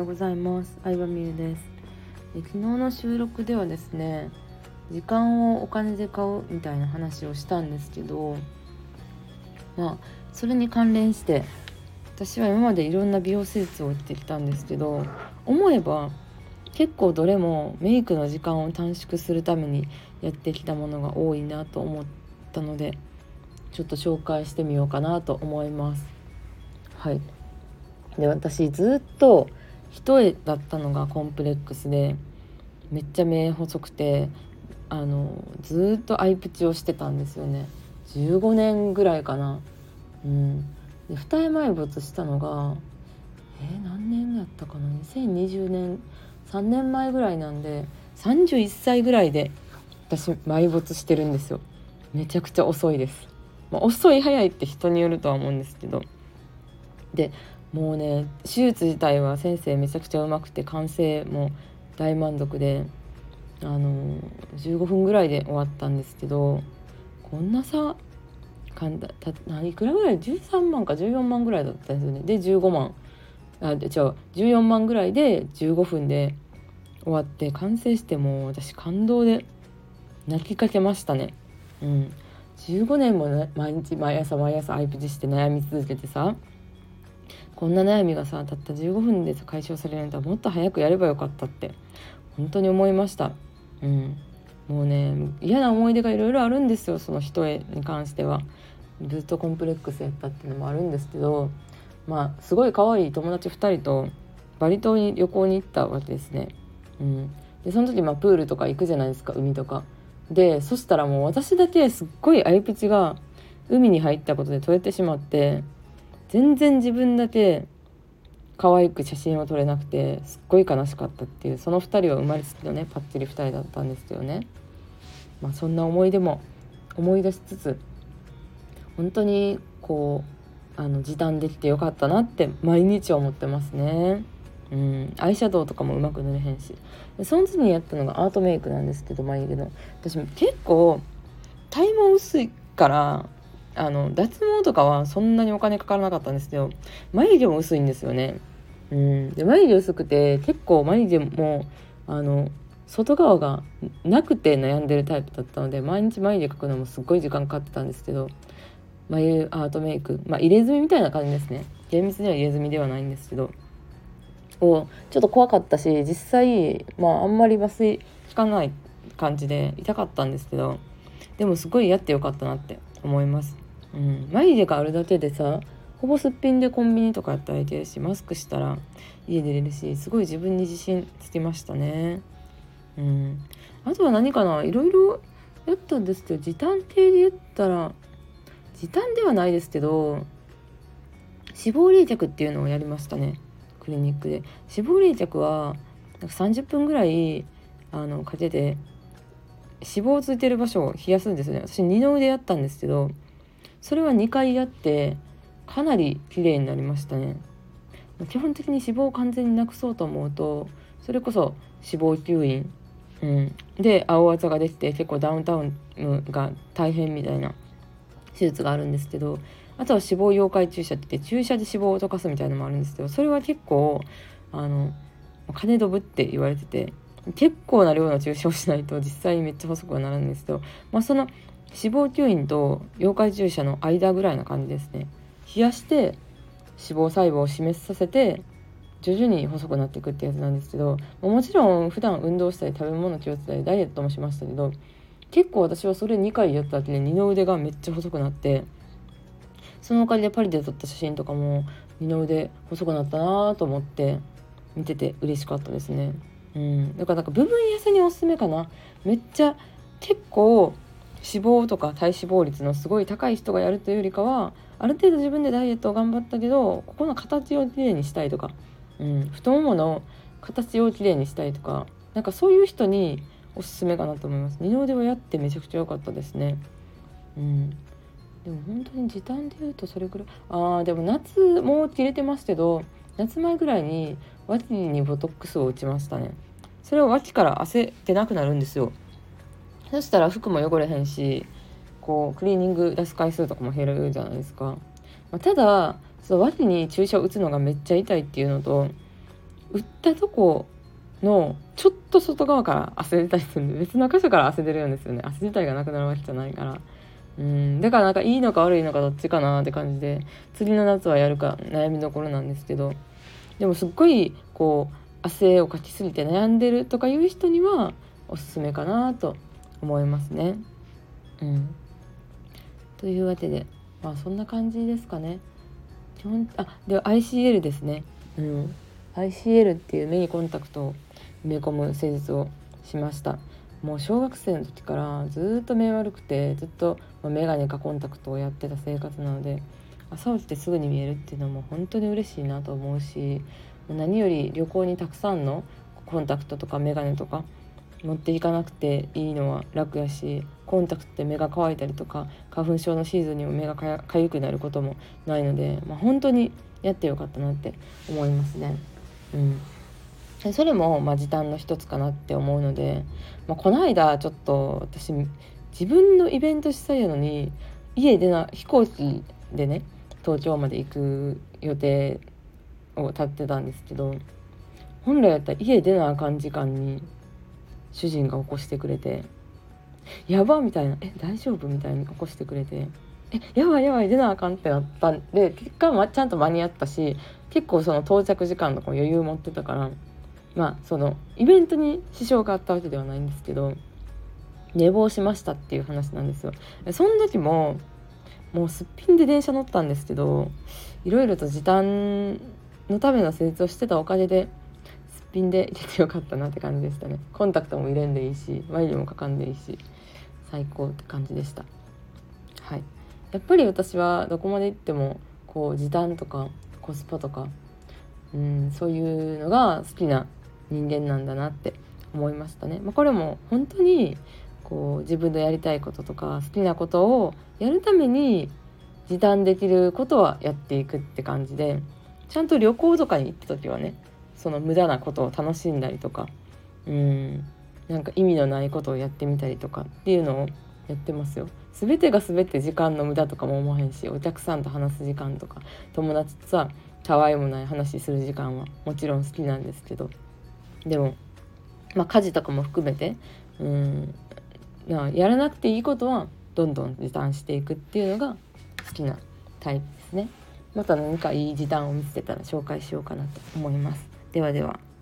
ようございます。相葉美優です。昨日の収録ではですね、時間をお金で買うみたいな話をしたんですけど、それに関連して私は今までいろんな美容施術を受けてきたんですけど、思えば結構どれもメイクの時間を短縮するためにやってきたものが多いなと思ったので、ちょっと紹介してみようかなと思います。で、私ずっと一重だったのがコンプレックスで、めっちゃ目細くてずっとアイプチをしてたんですよね。15年ぐらいかな。で、二重埋没したのが何年やったかな、2020年、3年前ぐらいなんで、31歳ぐらいで私埋没してるんですよ。めちゃくちゃ遅いです。遅い早いって人によるとは思うんですけど、でもうね、手術自体は先生めちゃくちゃうまくて、完成も大満足で15分ぐらいで終わったんですけど、こんなさいくらぐらい、13万か14万ぐらいだったんですよね。で14万ぐらいで15分で終わって完成して、もう私感動で泣きかけましたね。15年も毎日毎朝アイプチして悩み続けてさ、こんな悩みがさたった15分で解消されるんだったらもっと早くやればよかったって本当に思いました。もうね、嫌な思い出がいろいろあるんですよ。その一重に関してはずっとコンプレックスやったっていうのもあるんですけど、すごい可愛い友達2人とバリ島に旅行に行ったわけですね。でその時プールとか行くじゃないですか、海とかで。そしたらもう私だけすっごいアイプチが海に入ったことで取れてしまって、全然自分だけ可愛く写真を撮れなくて、すっごい悲しかったっていう。その2人は生まれつきのねパッチリ2人だったんですけどね。そんな思い出も思い出しつつ、本当に時短できてよかったなって毎日思ってますね。アイシャドウとかもうまく塗れへんし。でその次にやったのがアートメイクなんですけど、眉毛の、私結構体毛薄いから脱毛とかはそんなにお金かからなかったんですけど、眉毛も薄いんですよね。で眉毛薄くて、結構眉毛も外側がなくて悩んでるタイプだったので、毎日眉毛描くのもすっごい時間かかってたんですけど、眉アートメイク、入れ墨みたいな感じですね。厳密には入れ墨ではないんですけど、ちょっと怖かったし、実際あんまり麻酔効かない感じで痛かったんですけど、でもすごいやってよかったなって思います。眉毛があるだけでさ、ほぼすっぴんでコンビニとかやったらいけるし、マスクしたら家出れるし、すごい自分に自信つきましたね。あとは何かな、いろいろやったんですけど、時短系で言ったら、時短ではないですけど、脂肪冷却っていうのをやりましたね、クリニックで。脂肪冷却はなんか30分ぐらいかけて脂肪ついてる場所を冷やすんですね。私二の腕やったんですけど、それは2回やってかなり綺麗になりましたね。基本的に脂肪を完全になくそうと思うと、それこそ脂肪吸引、で青あざができて結構ダウンタウンが大変みたいな手術があるんですけど、あとは脂肪溶解注射って言って注射で脂肪を溶かすみたいなのもあるんですけど、それは結構金ドブって言われてて、結構な量の注射をしないと実際にめっちゃ細くはなるんですけど、その脂肪吸引と溶解注射の間ぐらいな感じですね。冷やして脂肪細胞を死滅させて徐々に細くなっていくってやつなんですけど、もちろん普段運動したり食べ物気をつけたりダイエットもしましたけど、結構私はそれ2回やっただけで二の腕がめっちゃ細くなって、そのおかげでパリで撮った写真とかも二の腕細くなったなと思って見てて嬉しかったですね。だから部分痩せにおすすめかな。めっちゃ結構脂肪とか体脂肪率のすごい高い人がやるというよりかは、ある程度自分でダイエットを頑張ったけど、ここの形をきれいにしたいとか、太ももの形をきれいにしたいとか、なんかそういう人におすすめかなと思います。二の腕はやってめちゃくちゃ良かったですね。でも本当に時短で言うとそれぐらい。でも夏もう切れてますけど、夏前ぐらいに脇にボトックスを打ちましたね。それを脇から汗出なくなるんですよ。そしたら服も汚れへんし、クリーニング出す回数とかも減るじゃないですか。ただその脇に注射を打つのがめっちゃ痛いっていうのと、 打ったとこのちょっと外側から汗出たりするんで、別の箇所から汗出るんですよね。汗自体がなくなるわけじゃないから。だからなんかいいのか悪いのかどっちかなって感じで、次の夏はやるか悩みどころなんですけど、でもすっごいこう汗をかきすぎて悩んでるとかいう人にはおすすめかなと思いますね。というわけで、そんな感じですかね。では ICL ですね。ICL っていう目にコンタクトを埋め込む施術をしました。もう小学生の時からずっと目悪くて、ずっとメガネかコンタクトをやってた生活なので、朝起きてすぐに見えるっていうのも本当に嬉しいなと思うし、何より旅行にたくさんのコンタクトとかメガネとか持っていかなくていいのは楽やし、コンタクトって目が乾いたりとか花粉症のシーズンにも目がかゆくなることもないので、本当にやってよかったなって思いますね。それも時短の一つかなって思うので、この間ちょっと私自分のイベント主催やのに飛行機でね東京まで行く予定を立ってたんですけど、本来やったら家出なあかん時間に主人が起こしてくれて、やばみたいな、大丈夫みたいに起こしてくれて、やばい出なあかんってなったんで、結果ちゃんと間に合ったし、結構その到着時間とかも余裕持ってたから、そのイベントに支障があったわけではないんですけど、寝坊しましたっていう話なんですよ。その時もうすっぴんで電車乗ったんですけど、いろいろと時短のための施術をしてたおかげですっぴんで行けてよかったなって感じでしたね。コンタクトも入れんでいいし、眉毛もかかんでいいし、最高って感じでした。やっぱり私はどこまで行ってもこう時短とかコスパとか、そういうのが好きな人間なんだなって思いましたね。これも本当にこう自分のやりたいこととか好きなことをやるために時短できることはやっていくって感じで、ちゃんと旅行とかに行った時はね、その無駄なことを楽しんだりとか、なんか意味のないことをやってみたりとかっていうのをやってますよ。全てが全て時間の無駄とかも思わへんし、お客さんと話す時間とか友達とさたわいもない話する時間はもちろん好きなんですけど、でも家事とかも含めてやらなくていいことはどんどん時短していくっていうのが好きなタイプですね。また何かいい時短を見つけたら紹介しようかなと思います。ではでは。